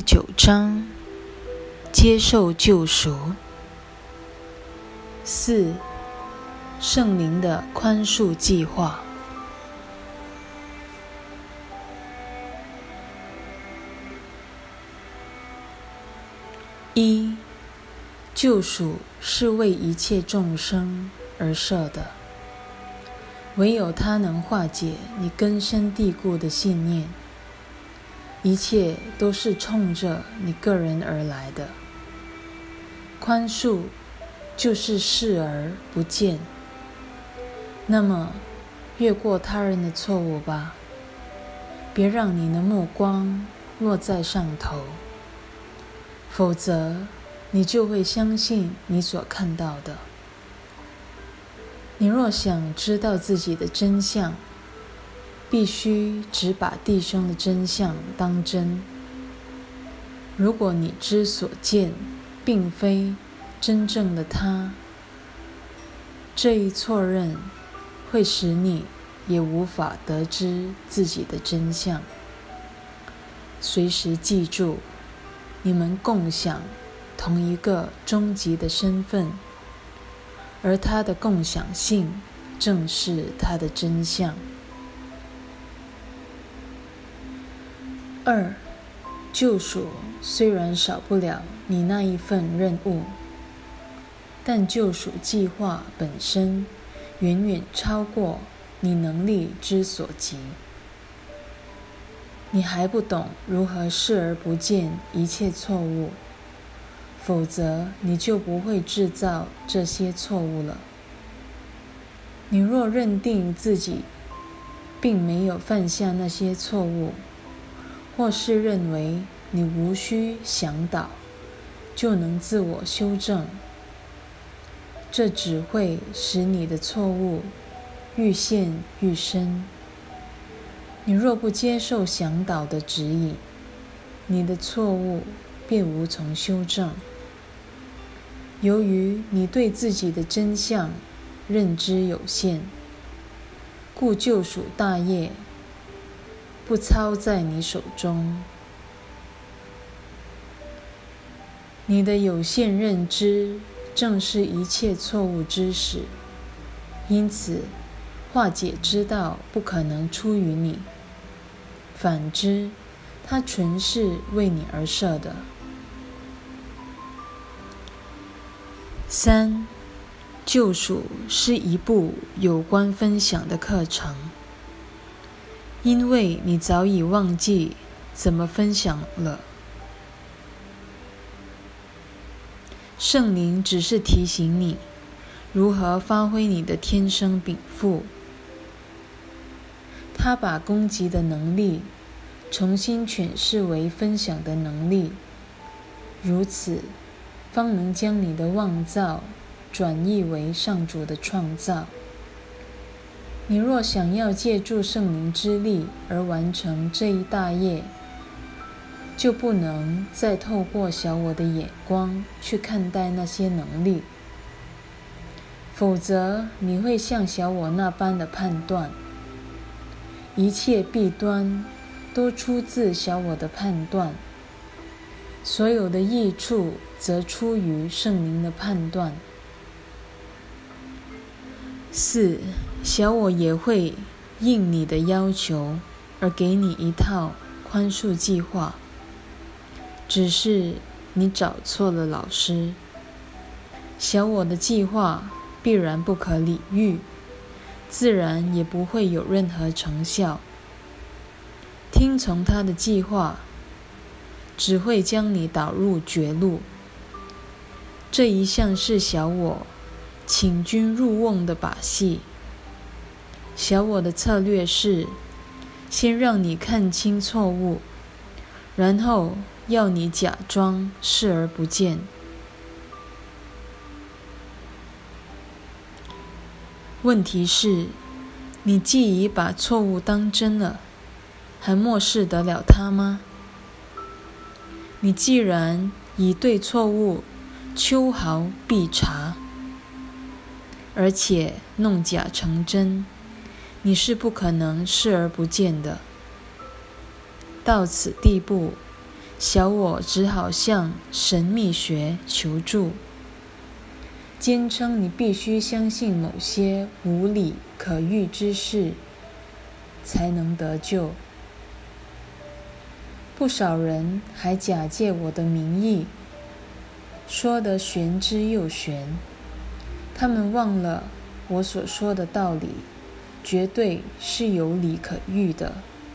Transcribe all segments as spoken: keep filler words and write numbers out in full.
第九章，接受救赎。四、圣灵的宽恕计划。一、救赎是为一切众生而设的，唯有它能化解你根深蒂固的信念，一切都是冲着你个人而来的。宽恕就是视而不见。那么，越过他人的错误吧，别让你的目光落在上头，否则你就会相信你所看到的。你若想知道自己的真相，必须只把弟兄的真相当真。如果你之所见并非真正的他，这一错认会使你也无法得知自己的真相。随时记住，你们共享同一个终极的身份，而它的共享性正是它的真相。二、救赎虽然少不了你那一份任务，但救赎计划本身远远超过你能力之所及。你还不懂如何视而不见一切错误，否则你就不会制造这些错误了。你若认定自己并没有犯下那些错误，或是认为你无需想导就能自我修正，这只会使你的错误愈陷愈深。你若不接受向导的指引，你的错误便无从修正。由于你对自己的真相认知有限，故救赎大业不操在你手中。你的有限认知正是一切错误之始，因此化解之道不可能出于你，反之，它纯是为你而设的。三、救赎是一部有关分享的课程，因为你早已忘记怎么分享了。圣灵只是提醒你如何发挥你的天生禀赋。他把攻击的能力重新诠释为分享的能力，如此方能将你的妄造转译为上主的创造。你若想要借助圣灵之力而完成这一大业，就不能再透过小我的眼光去看待那些能力，否则你会像小我那般的判断。一切弊端都出自小我的判断，所有的益处则出于圣灵的判断。四、小我也会应你的要求而给你一套宽恕计划，只是你找错了老师。小我的计划必然不可理喻，自然也不会有任何成效。听从他的计划，只会将你导入绝路。这一向是小我请君入瓮的把戏。小我的策略是，先让你看清错误，然后要你假装视而不见。问题是，你既已把错误当真了，还漠视得了它吗？你既然已对错误秋毫必察，而且弄假成真，你是不可能视而不见的。到此地步， 小我只好向神秘学求助，坚称你必须相信某些无理可喻之事，才能得救。不少人还假借我的名义，说得玄之又玄。他们忘了我所说的道理，绝对是有理可喻的。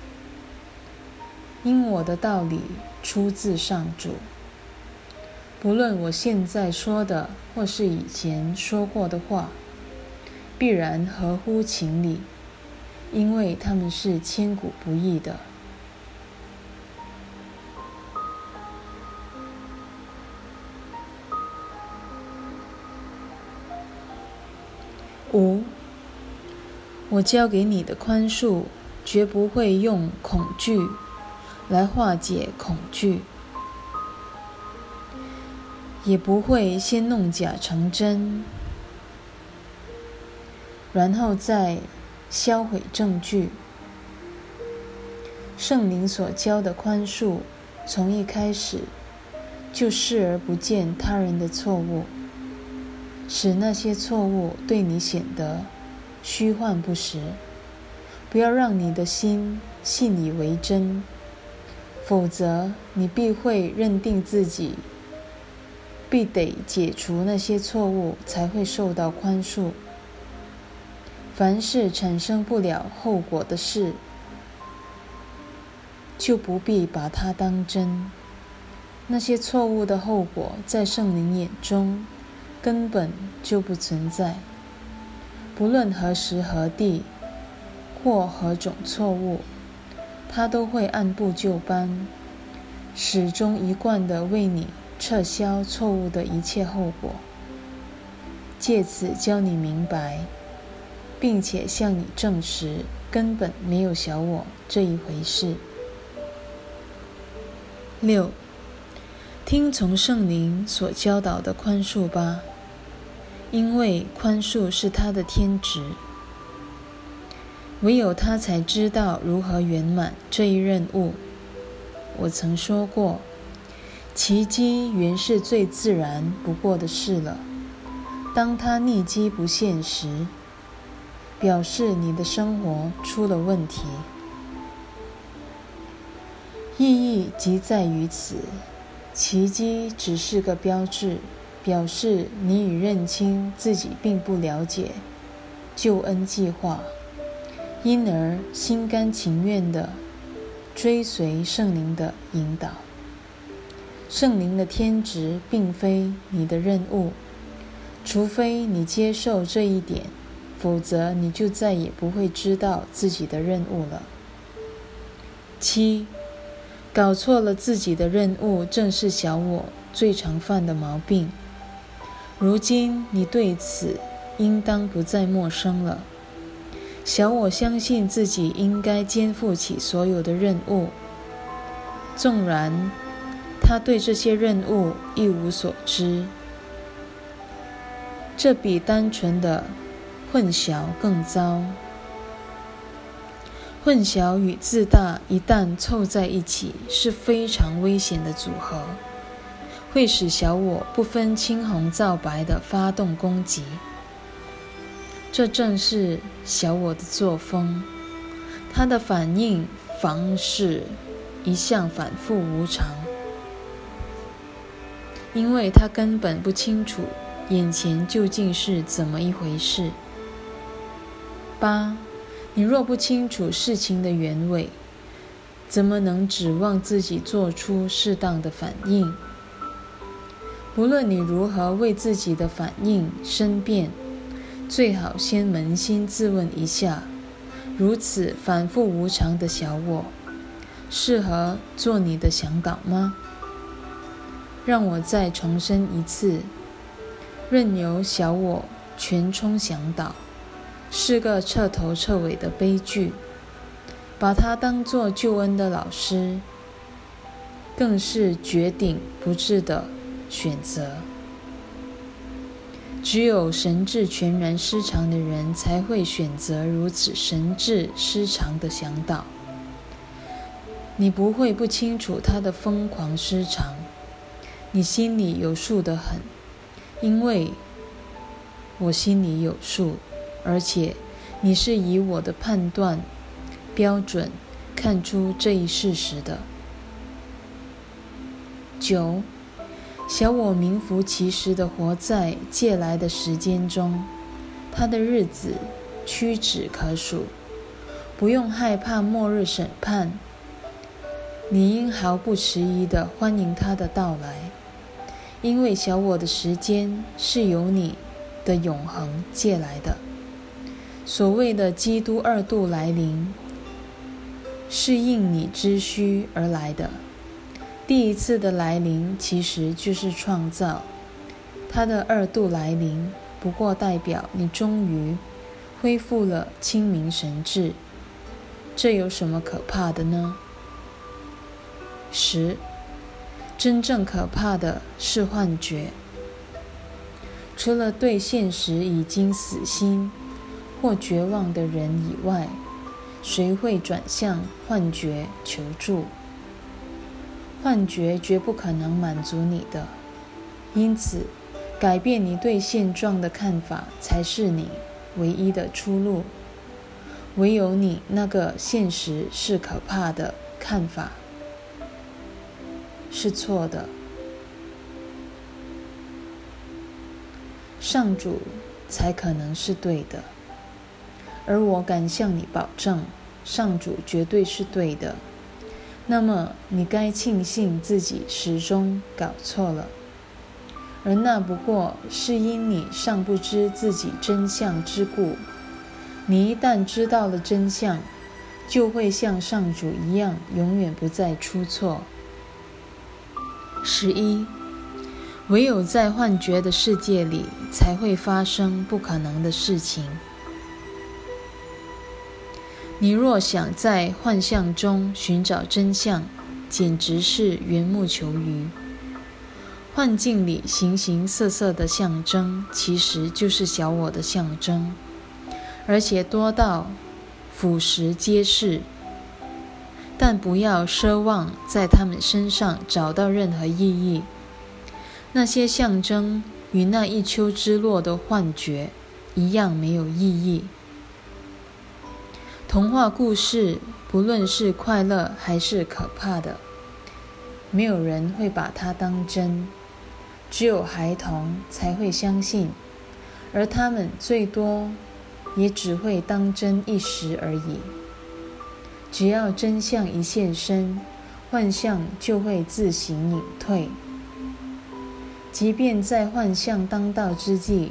因我的道理出自上主，不论我现在说的或是以前说过的话，必然合乎情理，因为他们是千古不易的。五，我教给你的宽恕，绝不会用恐惧来化解恐惧，也不会先弄假成真，然后再销毁证据。圣灵所教的宽恕，从一开始就视而不见他人的错误，使那些错误对你显得虚幻不实。不要让你的心信以为真，否则你必会认定自己必得解除那些错误才会受到宽恕。凡是产生不了后果的事，就不必把它当真。那些错误的后果在圣灵眼中根本就不存在。不论何时何地或何种错误，他都会按部就班，始终一贯地为你撤销错误的一切后果，借此教你明白，并且向你证实根本没有小我这一回事。六，听从圣灵所教导的宽恕吧，因为宽恕是他的天职，唯有他才知道如何圆满这一任务。我曾说过，奇迹原是最自然不过的事了。当它逆机不现时，表示你的生活出了问题。意义即在于此，奇迹只是个标志，表示你已认清自己并不了解救恩计划，因而心甘情愿地追随圣灵的引导。圣灵的天职并非你的任务，除非你接受这一点，否则你就再也不会知道自己的任务了。七，搞错了自己的任务，正是小我最常犯的毛病。如今你对此应当不再陌生了。小我相信自己应该肩负起所有的任务，纵然他对这些任务一无所知。这比单纯的混淆更糟。混淆与自大一旦凑在一起，是非常危险的组合，会使小我不分青红皂白地发动攻击。这正是小我的作风，他的反应方式一向反复无常，因为他根本不清楚眼前究竟是怎么一回事。八，你若不清楚事情的原委，怎么能指望自己做出适当的反应？不论你如何为自己的反应申辩，最好先扪心自问一下，如此反复无常的小我，适合做你的向导吗？让我再重申一次，任由小我全充向导，是个彻头彻尾的悲剧。把它当作救恩的老师，更是绝顶不智的选择。只有神智全然失常的人才会选择如此神智失常的向导。 你不会不清楚他的疯狂失常，你心里有数得很，因为我心里有数，而且你是以我的判断标准看出这一事实的。九，小我名副其实地活在借来的时间中，他的日子屈指可数，不用害怕末日审判，你应毫不迟疑地欢迎他的到来，因为小我的时间是由你的永恒借来的。所谓的基督二度来临，是应你之需而来的。第一次的来临其实就是创造，他的二度来临不过代表你终于恢复了清明神智，这有什么可怕的呢？十，真正可怕的是幻觉。除了对现实已经死心或绝望的人以外，谁会转向幻觉求助？幻觉绝不可能满足你的，因此改变你对现状的看法才是你唯一的出路。唯有你那个现实是可怕的看法是错的，上主才可能是对的，而我敢向你保证，上主绝对是对的。那么你该庆幸自己始终搞错了，而那不过是因你尚不知自己真相之故。你一旦知道了真相，就会像上主一样永远不再出错。十一，唯有在幻觉的世界里才会发生不可能的事情。你若想在幻象中寻找真相，简直是缘木求鱼。幻境里形形色色的象征，其实就是小我的象征，而且多到俯拾皆是。但不要奢望在他们身上找到任何意义，那些象征与那一丘之貉的幻觉一样没有意义。童话故事不论是快乐还是可怕的，没有人会把它当真，只有孩童才会相信，而他们最多也只会当真一时而已。只要真相一现身，幻象就会自行隐退。即便在幻象当道之际，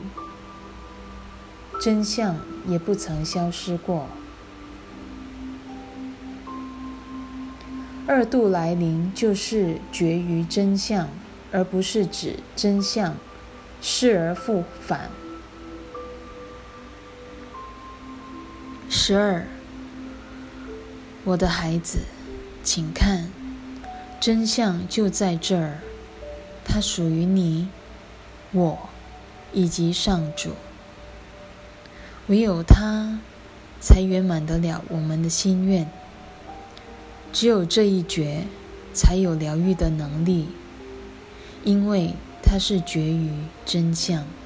真相也不曾消失过。二度来临就是绝于真相，而不是指真相失而复返。十二，我的孩子，请看，真相就在这儿，它属于你、我以及上主。唯有它才圆满得了我们的心愿。只有这一觉才有疗愈的能力，因为它是觉于真相。